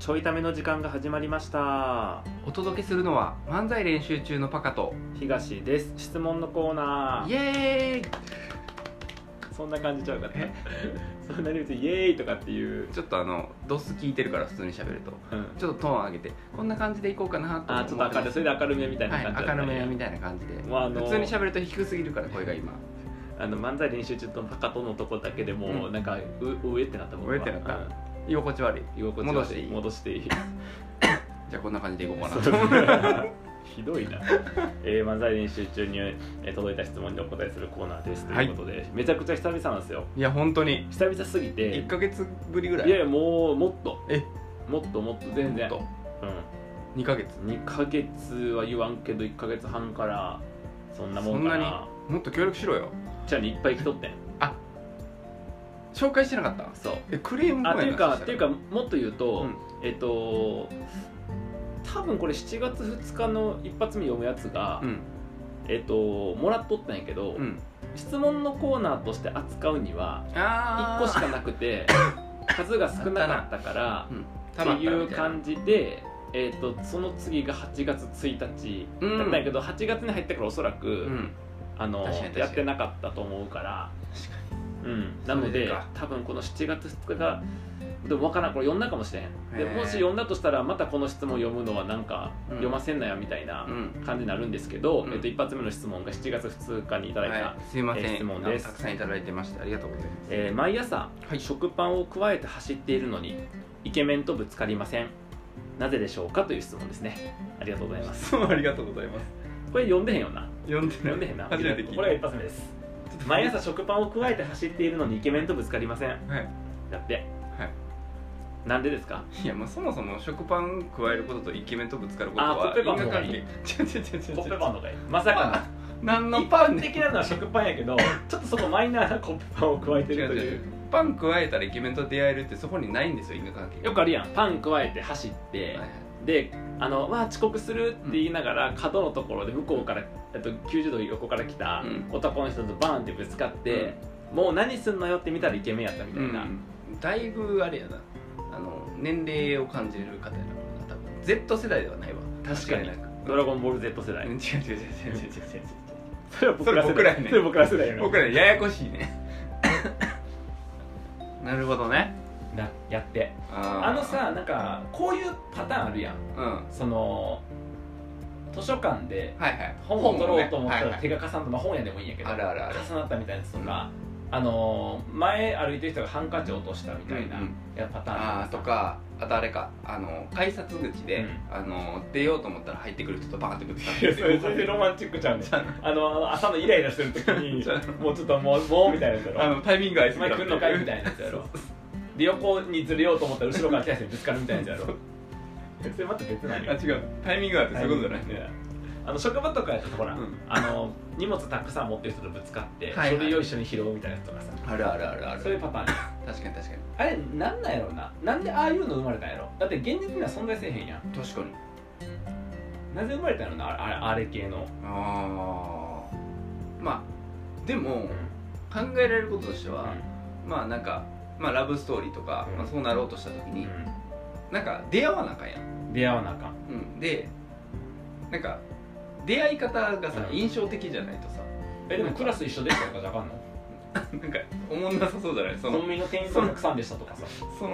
ちょいための時間が始まりました。 お届けするのは漫才練習中のパカと東です。質問のコーナー。 イエーイ。 そんな感じちゃうかね。そんなに別にイエーイとかっていうちょっとドス聞いてるから普通に喋ると、ちょっとトーン上げてこんな感じでいこうかなと思って。 ちょっと明るい、それで明るめみたいな感じで、明るめみたいな感じで、普通に喋ると低すぎるから声が今漫才練習中とパカとのとこだけでもなんか上ってなった。 上ってなった、居心地悪い。 戻していい。 じゃあこんな感じでいこうかな。 ひどいな。漫才練習中に届いた質問にお答えするコーナーですということで、めちゃくちゃ久々なんですよ。 いや本当に久々すぎて 1ヶ月ぶりぐらい。 いやもっと全然 2ヶ月 2ヶ月は言わんけど1ヶ月半からそんなもんかな。 そんなにもっと協力しろよ。 じゃあいっぱい来とってん。 紹介してなかった。 そうクレームっていうかもっと言うと、多分これ7月2日の一発目読むやつが、もらっとったんやけど、質問のコーナーとして扱うには1個しかなくて数が少なかったからっていう感じで、その次が8月1日だったんやけど、8月に入ってからおそらく、やってなかったと思うから。なので多分この7月2日がでも分からん、これ読んだかもしれん。でもし読んだとしたらまたこの質問読むのはなんか読ませんなよみたいな感じになるんですけど、一発目の質問が7月2日にいただいたすいません質問です。 たくさんいただいてましてありがとうございます。 毎朝食パンをくわえて走っているのにイケメンとぶつかりません。なぜでしょうかという質問ですね。ありがとうございます。 ありがとうございます。 これ読んでへんよな。 読んでへんな。 初めて聞いた。 これが一発目です。毎朝食パンをくわえて走っているのにイケメンとぶつかりません。だって。なんでですか。 いや、そもそも食パン加えることとイケメンとぶつかることは因果関係。コッペパンとかいい。まさか何のパン一般的なのは食パンやけど、ちょっとそこマイナーなコッペパンを加えてるという。 パン加えたらイケメンと出会えるってそこにないんですよ、因果関係。 よくあるやん。パン加えて走って、で遅刻するって言いながら角のところで向こうから90度横から来た男の人とバーンってぶつかって、もう何すんのよって見たらイケメンやったみたいな。 だいぶあれやな、年齢を感じる方やな、多分 Z 世代ではないわ。 確かにドラゴンボール Z 世代。違うそれは僕ら世代。それ僕ら世代やろ。 僕らややこしいね。なるほどね。 やってさ、なんかこういうパターンあるやん。その図書館で本を取ろうと思ったら手が重なった、本屋でもいいんやけど重なったみたいなやつとか、前歩いてる人がハンカチ落としたみたいなパターンとか、あとあれか、改札口で出ようと思ったら入ってくる人とバーンってぶつかって。 それでロマンチックちゃうね。朝のイライラしてる時にもうちょっともうみたいなやつやろ。 タイミング合いすぎ前来んのかいみたいなやつやろ。で横にずれようと思ったら後ろから来た人にぶつかるみたいなやつやろ。それまた別なんよ。 違う、タイミングがあってそういうことじゃない。 職場とかやったらほら、荷物たくさん持ってる人とぶつかって書類を一緒に拾うみたいなやつとかさ。 ある。 そういうパターン。 確かに。 あれなんなんやろうな。なんでああいうの生まれたんやろ。だって現実には存在せえへんやん。 確かに。 なぜ生まれたんやろな、あれ系の。 でも考えられることとしては、なんかラブストーリーとかそうなろうとした時になんか出会わなあかんやん。 出会わなあかん。でなんか出会い方がさ印象的じゃないとさ。 でもクラス一緒でしたとかじゃあかんの。 なんか思んなさそうじゃない。 コンビニの店員さんの奥さんでしたとかさ。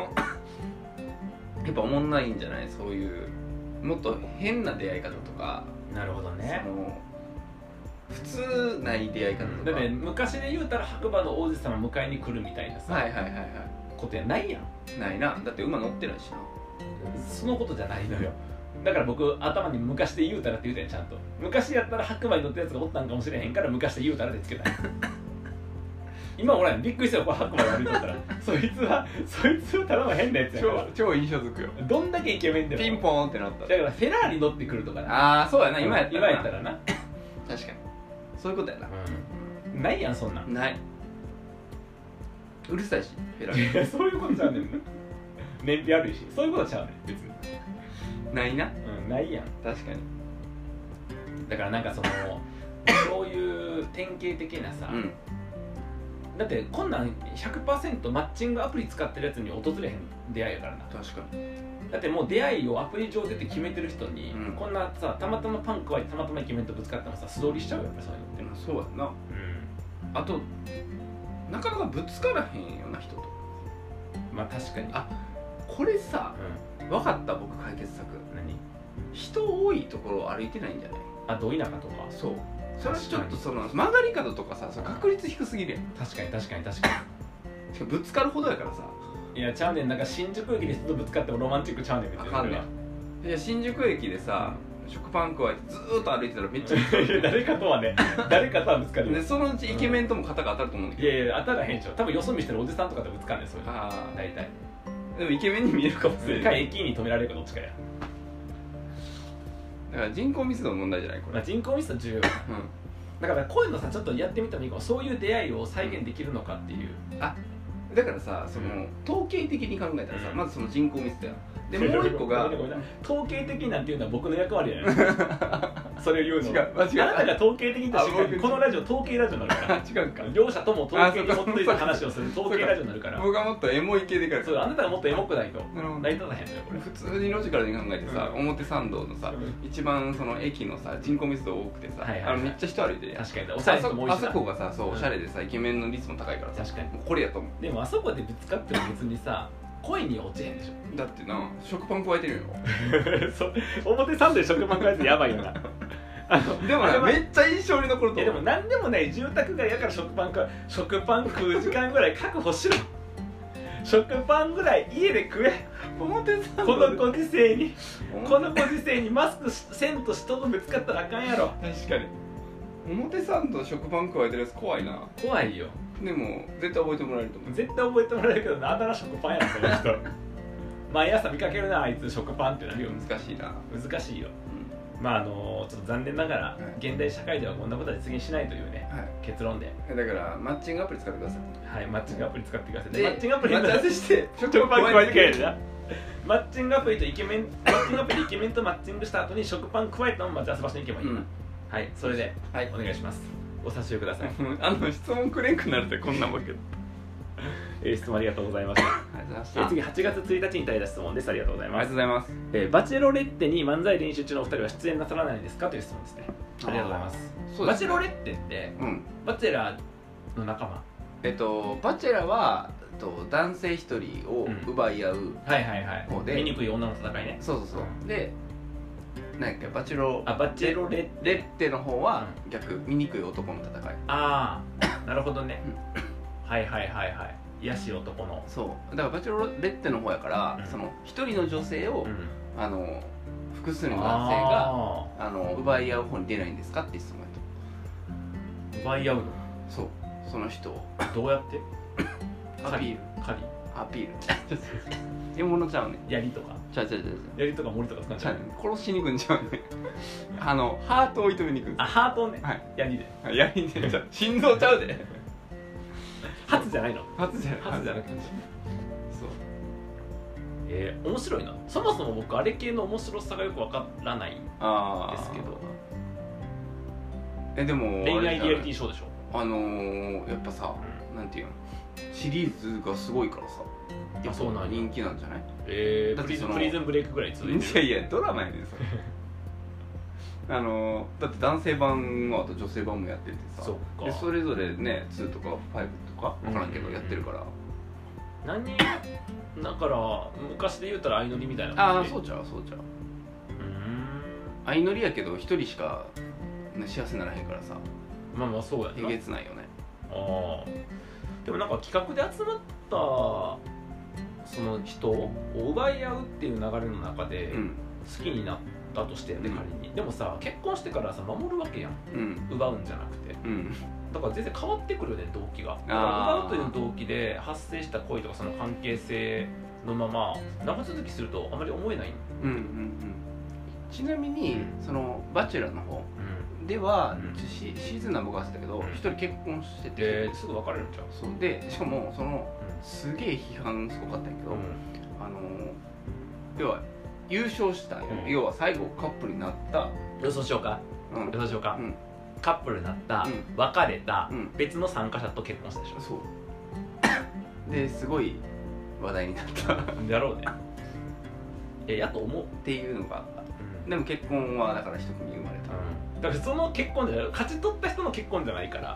やっぱ思んないんじゃない。そういうもっと変な出会い方とか。 なるほどね。 普通ない出会い方とか。 だって昔で言うたら白馬の王子様迎えに来るみたいなさことやないやん。 ないな。だって馬乗ってないしな。 そのことじゃないのよ。だから僕頭に昔で言うたらって言うたやん。ちゃんと昔やったら白馬に乗ったやつがおったんかもしれへんから昔で言うたらでつけた今俺びっくりしたよ。これ白馬で歩いとったらそいつはただの変なやつやから。 超印象づくよ。 どんだけイケメンでもピンポーンってなった。 だからフェラーリ乗ってくるとかな。 そうやな。今やったらな。 確かにそういうことやな。 ないやん、そんなんない。うるさいしフェラーリ。 そういうことちゃうねん。燃費悪いしそういうことちゃうねん別に。 ないな。 ないやん。 確かに。 だからなんかそういう典型的なさ、 だってこんなん 100% マッチングアプリ使ってるやつに訪れへん出会いやからな。 確かに。 だってもう出会いをアプリ上でって決めてる人に、 うん、 こんなさたまたまパン加えてたまたまイケメンとぶつかってもさ素通りしちゃうよやっぱそういうのって。 そうやな、あとなかなかぶつからへんよな人と。 まあ確かに。 あ、これさ、分かった。僕解決策。 何？ 人多いところを歩いてないんじゃない？ あ、ど田舎とか。 そう。それはちょっとその曲がり角とかさ、その確率低すぎるやん。 確かに。 しかもぶつかるほどやからさ。 いやちゃうねん、なんか新宿駅で人とぶつかってもロマンチックちゃうねんみたいな。 あかんねん。いや新宿駅でさ、食パン加えてずーっと歩いてたらめっちゃ誰かとはぶつかる。 でそのうちイケメンとも肩が当たると思うんだけど。 いや当たらへんでしょ。多分よそ見してるおじさんとかとぶつかんねんそういうの。 ああ、 大体。 でもイケメンに見えるかもしれない。 駅に止められるかどっちかや。 だから人口密度の問題じゃないこれ。 まあ、人口密度重要だからこういうのさちょっとやってみたらいいかも。そういう出会いを再現できるのかっていう。 あ、だからさ、その統計的に考えたらさ、まずその人口密度や。でもう一個が統計的なんていうのは僕の役割やねそれを言うの。 違う、間違えあなたが統計的としてこのラジオ統計ラジオになるから。 違うか。 両者とも統計に基づいた話をする統計ラジオになるから。 僕はもっとエモい系でいかない。 そう、あなたがもっとエモくないと成り立たへんのよこれ。 普通にロジカルに考えてさ、表参道のさ、一番その駅のさ人口密度多くてさ、めっちゃ人歩いてるやん。 確かに。おしゃれとも多いしな。 あそこがさ、そうおしゃれでさイケメンの率も高いからさ、 確かにこれやと思う。 でもあそこでぶつかっても別にさ恋に落ちへんでしょ。 だってな、食パン加えてるよそう表参道で食パン加えてやばいよなでもな、めっちゃ印象に残ると思う。 でも何でもない住宅街やから食パン食う時間ぐらい確保しろ食パンぐらい家で食え。 表参道このご時世にマスクせんと人とぶつかったらあかんやろ。 確かに表参道食パン加えてるやつ怖いな。 怖いよ。 でも絶対覚えてもらえると思う。 絶対覚えてもらえるけどな、あだ名食パンやなその人毎朝見かけるなあいつ食パンってなるよ。 難しいな。 難しいよ、まあちょっと残念ながら、現代社会ではこんなことは実現しないというね、結論で。 だからマッチングアプリ使ってください。 はい、マッチングアプリ使ってください。 でマッチングアプリ待ち合わせして食パン加えてくれるな。マッチングアプリでイケメンとマッチングした後に食パン加えたまま待ち合わせ場所に行けばいいな、はい、それで、お願いします。お差し入れください質問くれんくなるってこんなんわけど質問ありがとうございました。次8月1日に対した質問です。ありがとうございます。 ありがとうございます。 バチェロレッテに漫才練習中のお二人は出演なさらないですかという質問ですね。ありがとうございます。バチェロレッテって、バチェラーの仲間。 バチェラーは男性一人を奪い合う方で、醜い女の戦いね。 そうで、なんかバチェロレッテの方は逆、醜い男の戦い。 ああ、なるほどね。はい癒し男の。 そうだからバチェロレッテの方やから、その一人の女性を複数の男性が奪い合う方に出ないんですかって質問やと。奪い合うの？ そう、その人をどうやって？ アピール獲物ちゃうね。 槍とか槍とか森とか使っちゃう。 殺しに行くんちゃうね。ハートを射止めに行くんです。 あ、ハートをね。槍で心臓ちゃうで。 初じゃないの？ 初じゃなくて。そう。 面白いな。そもそも僕あれ系の面白さがよくわからないんですけど。 でも恋愛リアリティショーでしょ。やっぱさ、なんていうの、シリーズがすごいからさ、やっぱ人気なんじゃない？ だってプリズンブレイクぐらい続いてる。 いやドラマやねんそれ。だって男性版はあと女性版もやっててさ、でそれぞれね2とか5とか分からんけどやってるから。 だから昔で言うたら相乗りみたいな。 ああ、そうちゃう相乗りやけど一人しか幸せならへんからさ。 まあそうやな。 えげつないよね。 ああ、でもなんか企画で集まったその人を奪い合うっていう流れの中で好きになったとして仮に、でもさ結婚してからさ守るわけやん、奪うんじゃなくて、だから全然変わってくるよね動機が。だから奪うという動機で発生した恋とかその関係性のまま長続きするとあまり思えない。 ちなみにそのバチェラーの方ではシーズンは僕忘れたけど一人結婚しててすぐ別れるんちゃう。 そうで、しかもそのすげえ批判すごかったんやけど、要は優勝したんよ。要は最後カップルになった。 予想しようか。 カップルになった、別れた、別の参加者と結婚したでしょ。 そうですごい話題になっただろうね。やと思うっていうのがあった、でも結婚はだから一組生まれた、 だからその結婚じゃない、勝ち取った人の結婚じゃないから、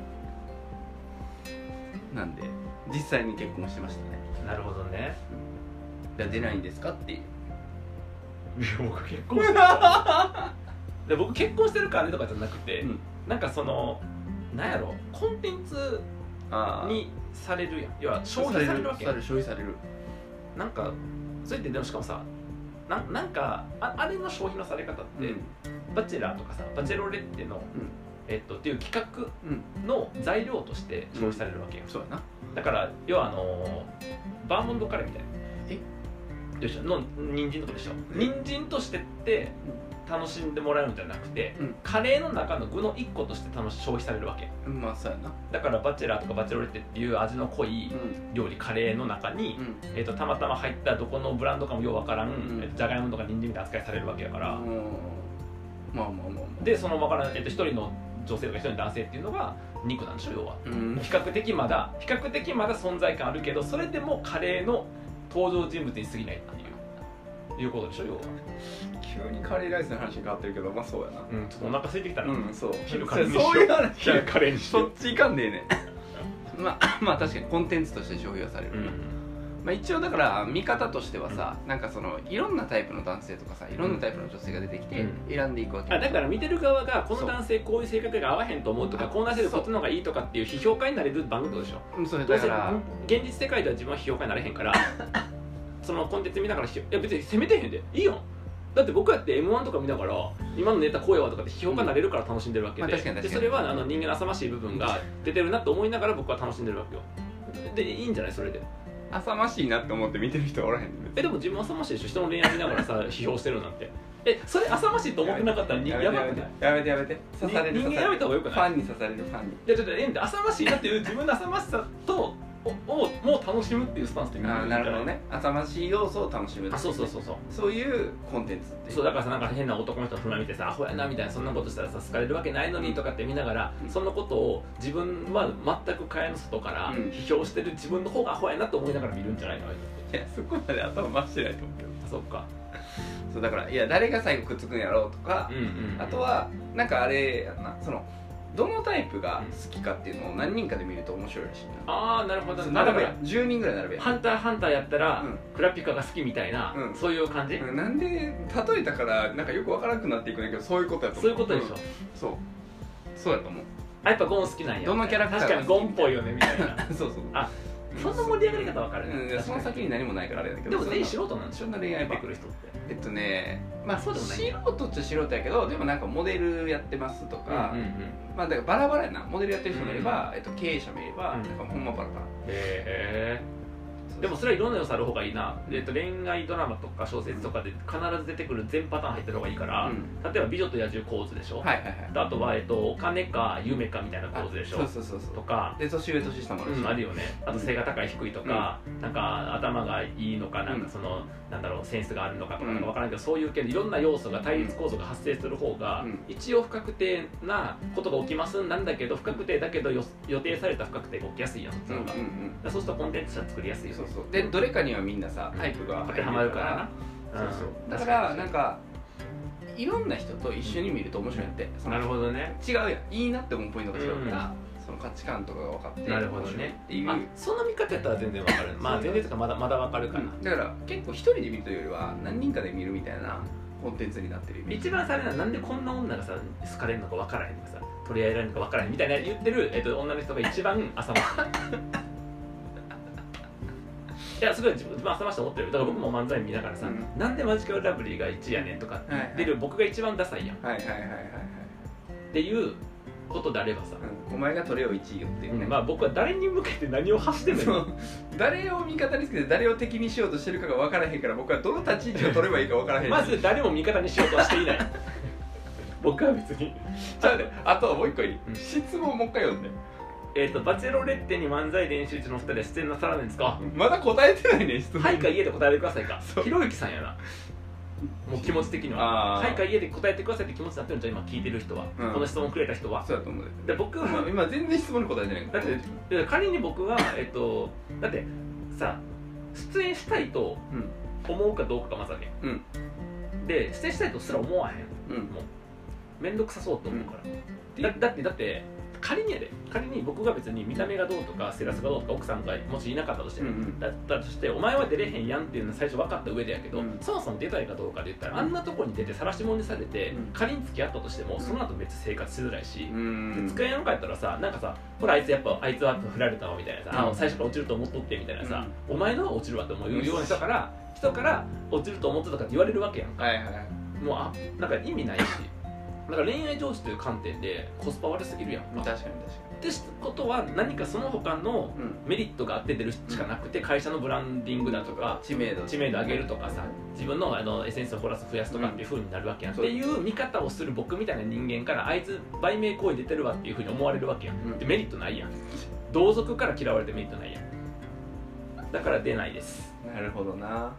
なんで実際に結婚してましたね。 なるほどね。 じゃあ出ないんですかっていう。 僕結婚してるからで僕結婚してるからねとかじゃなくて、なんかそのなんやろ、コンテンツにされるやん、要は消費されるわけやん。 消費される。 なんかそれってでもしかもさ、なんかあれの消費のされ方って、バチェラーとかさ、バチェロレッテの、っていう企画の材料として消費されるわけよ。 そうやな。 だから要はバーモンドカレーみたいなの人参とかでしょ。人参としてって楽しんでもらえるんじゃなくて、カレーの中の具の一個として消費されるわけ。 まあそうやな。 だからバチェラーとかバチェロレッテっていう味の濃い料理、カレーの中に、たまたま入ったどこのブランドかもようわからん、じゃがいもとか人参みたいな扱いされるわけやから、でそのわからん、一人の女性とか一人の男性っていうのが肉なんでしょ、要は。比較的まだ存在感あるけど、それでもカレーの登場人物に過ぎないっていうことでしょ、要は。 急にカレーライスの話に変わってるけど、まあそうやな。 ちょっとお腹空いてきたら、 そう昼カレーにしよう。 そういう話、 昼カレーにしよう。 そっちいかんでええねまあ確かにコンテンツとして消費はされる、まあ、一応だから見方としてはさ、なんかそのいろんなタイプの男性とかさ、いろんなタイプの女性が出てきて選んでいくわけ、 だから見てる側がこの男性こういう性格が合わへんと思うとか、こうなせるこっちの方がいいとかっていう批評家になれる番組でしょ。 そうだから現実世界では自分は批評家になれへんからそのコンテンツ見ながら、いや別に責めてへんでいいよ。だって僕やって M1 とか見ながら今のネタ声はとかって批評家になれるから楽しんでるわけで、でそれは人間の浅ましい部分が出てるなと思いながら僕は楽しんでるわけよ。でいいんじゃない、それで。 浅ましいなって思って見てる人はおらへん。 でも自分浅ましいでしょ、人の恋愛見ながらさ批評してるなんて。それ浅ましいと思ってなかったらやばくない？ やめて刺される。 人間やめた方がよくない？ ファンに刺される、ファンに。 いやちょっとえんで浅ましいなっていう自分の浅ましさともう楽しむっていうスタンスで見る。 なるほどね。浅ましい要素を楽しむ。そういうコンテンツって。 そうだからさ、なんか変な男の人の船見てさ、アホやなみたいな、そんなことしたらさ好かれるわけないのにとかって見ながら、そんなことを自分は全く蚊帳の外から批評してる自分の方がアホやなと思いながら見るんじゃないかな。いやそこまで頭回してないと思うけど。 そっか。 そうだから、いや誰が最後くっつくんやろうとか、あとはなんかあれやな、そのどのタイプが好きかっていうのを何人かで見ると面白いらしいな。 ああなるほど。 並べや10人ぐらい並べや。 ハンターやったら、クラピカが好きみたいな、そういう感じ。 なんで例えたからなんかよくわからなくなっていくんだけど、そういうことやと思う。 そういうことでしょ。 そうやと思う。 やっぱゴン好きなんや。 どのキャラクター確かにゴンっぽいよねみたいな。 そうあ、そんな盛り上がり方わかるね。 その先に何もないからあれだけど。 でも全員素人なんでしょ、恋愛出てくる人って。 まあそうでもない。素人っちゃ素人やけど、でもなんかモデルやってますとか、まあだからバラバラやな。モデルやってる人もいれば、経営者もいれば、なんかほんまバラバラ。 へえ。でもそれはいろんな要素ある方がいいな。恋愛ドラマとか小説とかで必ず出てくる全パターン入ってる方がいいから、例えば美女と野獣構図でしょ。あとはお金か夢かみたいな構図でしょ。とかで年上年下もあるし、 あるよね。あと背が高い低いとか、なんか頭がいいのか、なんかそのなんだろうセンスがあるのかとかなんか分からんけど、そういう系でいろんな要素が対立構造が発生する方が一応不確定なことが起きますなんだけど、不確定だけど予定された不確定が起きやすいやん、そっちの方が。そうするとコンテンツは作りやすいよ。 でどれかにはみんなさタイプが当てはまるからな。 だからなんかいろんな人と一緒に見ると面白いって。 なるほどね。 違うやん、いいなって思うポイントが違うから、その価値観とかが分かって。 なるほどね。その見方やったら全然分かる。まあ全然とかまだ分かるかな。 だから結構一人で見るというよりは何人かで見るみたいなコンテンツになってる。 一番されなんでこんな女がさ好かれるのか分からへんとかさ、取り合いられるのか分からへんみたいな言ってる女の人が一番浅ましい。いやすごい自分浅ましいと思ってる。だから僕も漫才見ながらさ、なんでマジカルラブリーが1位やねんとかって言ってる僕が一番ダサいやんっていうことであればさ、 お前が取れよ1位よっていうね。 まあ僕は誰に向けて何を発してんのよ。 誰を味方につけて誰を敵にしようとしてるかが分からへんから、僕はどの立ち位置を取ればいいか分からへん。 まず誰も味方にしようとはしていない。僕は別に。 あともう一個いい、質問もう一回読んで。 バチェロレッテに漫才練習中の2人は出演なさらないんですか？ まだ答えてないね、質問。 はいか家で答えてくださいか。ひろゆきさんやな。 もう気持ち的にははいか家で答えてくださいって気持ちになってるんじゃ今聞いてる人は、この質問くれた人は。 そうだと思う。 で僕は今全然質問に答えてない。 だって仮に僕はだってさ出演したいと思うかどうかがまずあるやん、で出演したいとすら思わへん、もう面倒くさそうと思うから、だって仮に僕が別に見た目がどうとかセラスがどうとか奥さんがもしいなかったとして、だったとしてお前は出れへんやんっていうのは最初分かった上でやけど、そもそも出たいかどうかで言ったらあんなとこに出て晒し者にされて、仮に付き合ったとしてもその後めっちゃ生活しづらいし、使えなかったらさなんかさほらあいつは振られたわみたいなさ、最初から落ちると思っとってみたいなさ、お前のは落ちるわって思うような人から落ちると思ってたかって言われるわけやんか、もうなんか意味ないしだから恋愛成就という観点でコスパ悪すぎるやんか。 確かにってことは何かその他のメリットがあって出るしかなくて、会社のブランディングだとか知名度上げるとかさ、自分のSNS をフォロワー増やすとかっていう風になるわけやん、っていう見方をする僕みたいな人間からあいつ売名行為出てるわっていう風に思われるわけやん、でメリットないやん、同族から嫌われてメリットないやん、だから出ないです。 なるほどな。はい。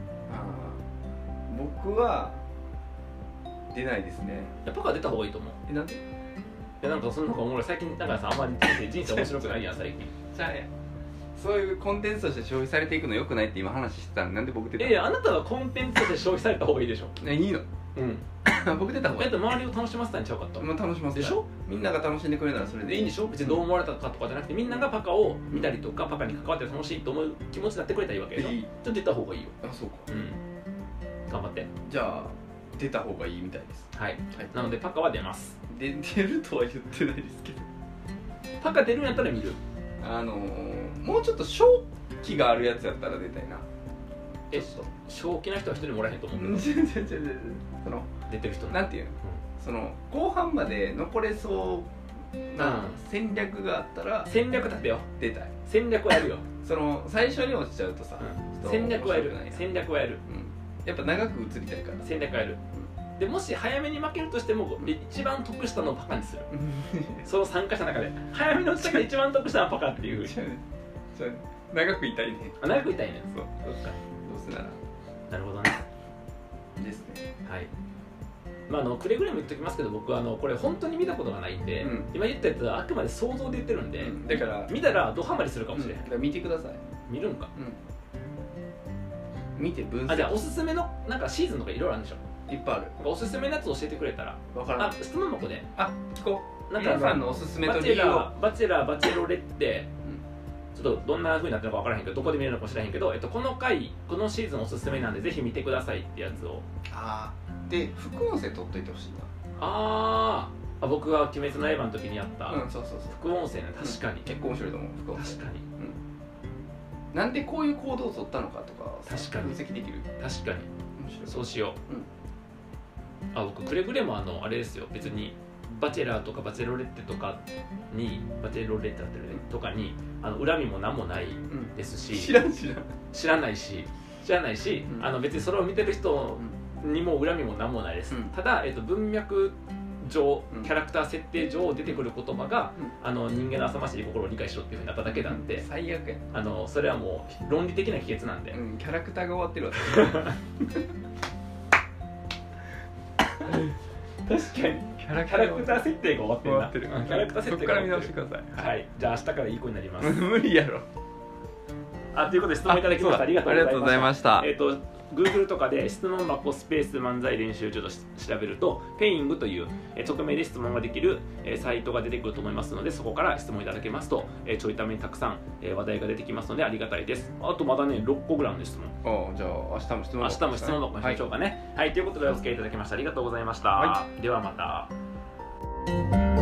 僕は出ないですね。 パカ出た方がいいと思う。 なんで？ なんかその方がおもろい。最近だからさあんまり人生面白くないやん最近。 じゃあそういうコンテンツとして消費されていくの良くないって今話してたのなんで僕出たの？ あなたはコンテンツとして消費された方がいいでしょ。 いいの？僕出た方がいい。 周りを楽しませたんちゃうかった。 楽しませたでしょ。みんなが楽しんでくれるならそれでいいんでしょ。 別にどう思われたかとかじゃなくてみんながパカを見たりとかパカに関わって楽しいと思う気持ちになってくれたらいいわけでしょ。ちょっと出た方がいいよ。 そうか。 頑張って。 じゃあ出た方がいいみたいです。 はい。なのでパカは出ます。 出るとは言ってないですけど。 パカ出るんやったら見る。 もうちょっと正気があるやつやったら出たいな。 正気な人は一人もらえへんと思うけど。 その出てる人なんていうの、その後半まで残れそうな戦略があったら戦略立てよ。 出たい。 戦略はやるよ。 その最初に落ちちゃうとさ、 戦略はやる。戦略はやる。 やっぱ長く映りたいから。 戦略はやる。でもし早めに負けるとしても一番得したのをパカにする。その参加者の中で早めに落ちたから一番得したのはパカっていうふうに。 長くいたいね。 長くいたいね。 そう。どうせなら。 なるほどね。 ですね。 はい。くれぐれも言っときますけど僕はこれ本当に見たことがないんで、今言ったやつはあくまで想像で言ってるんで、 だから見たらドハマりするかもしれない。 見てください。 見るんか。 見て分析。 じゃあおすすめのなんかシーズンとかいろいろあるんでしょ。 いっぱいある。 おすすめのやつ教えてくれたら。 わからない。 質問箱で。 聞こう。 なんか皆さんのおすすめと理由を。 バチェラーバチェロレってちょっとどんな風になってるのか分からへんけどどこで見れるのか知らへんけど、この回このシーズンおすすめなんでぜひ見てくださいってやつを。 で副音声取っといてほしいな。僕が「鬼滅の刃」の時にやった副音声ね。確かに結構面白いと思う。副音声確かに。 なんでこういう行動を取ったのかとか確かに分析できる。 確かにそうしよう。僕くれぐれもあれですよ。別にバチェラーとかバチェロレッテとかにバチェロレッテだったりとかに恨みも何もないですし、知らないし別にそれを見てる人にも恨みも何もないです。ただ文脈上キャラクター設定上出てくる言葉が人間の浅ましい心を理解しろっていうふうになっただけなんで、 最悪や。 それはもう論理的な秘訣なんで。 キャラクターが終わってるわ。 確かにキャラクター設定が終わってるな。キャラクター設定が終わってる。そこから見直してください。はい。じゃあ明日からいい子になります。 無理やろ。 ということで質問いただきました。ありがとうございました。 Google とかで質問箱スペース漫才練習中と調べるとペイングという匿名で質問ができるサイトが出てくると思いますので、そこから質問いただけますとちょいためにたくさん話題が出てきますのでありがたいです。あとまだね6個ぐらいの質問。 じゃあ明日も質問箱にしましょうかね。はい、ということでお付き合いいただきましてありがとうございました。ではまた。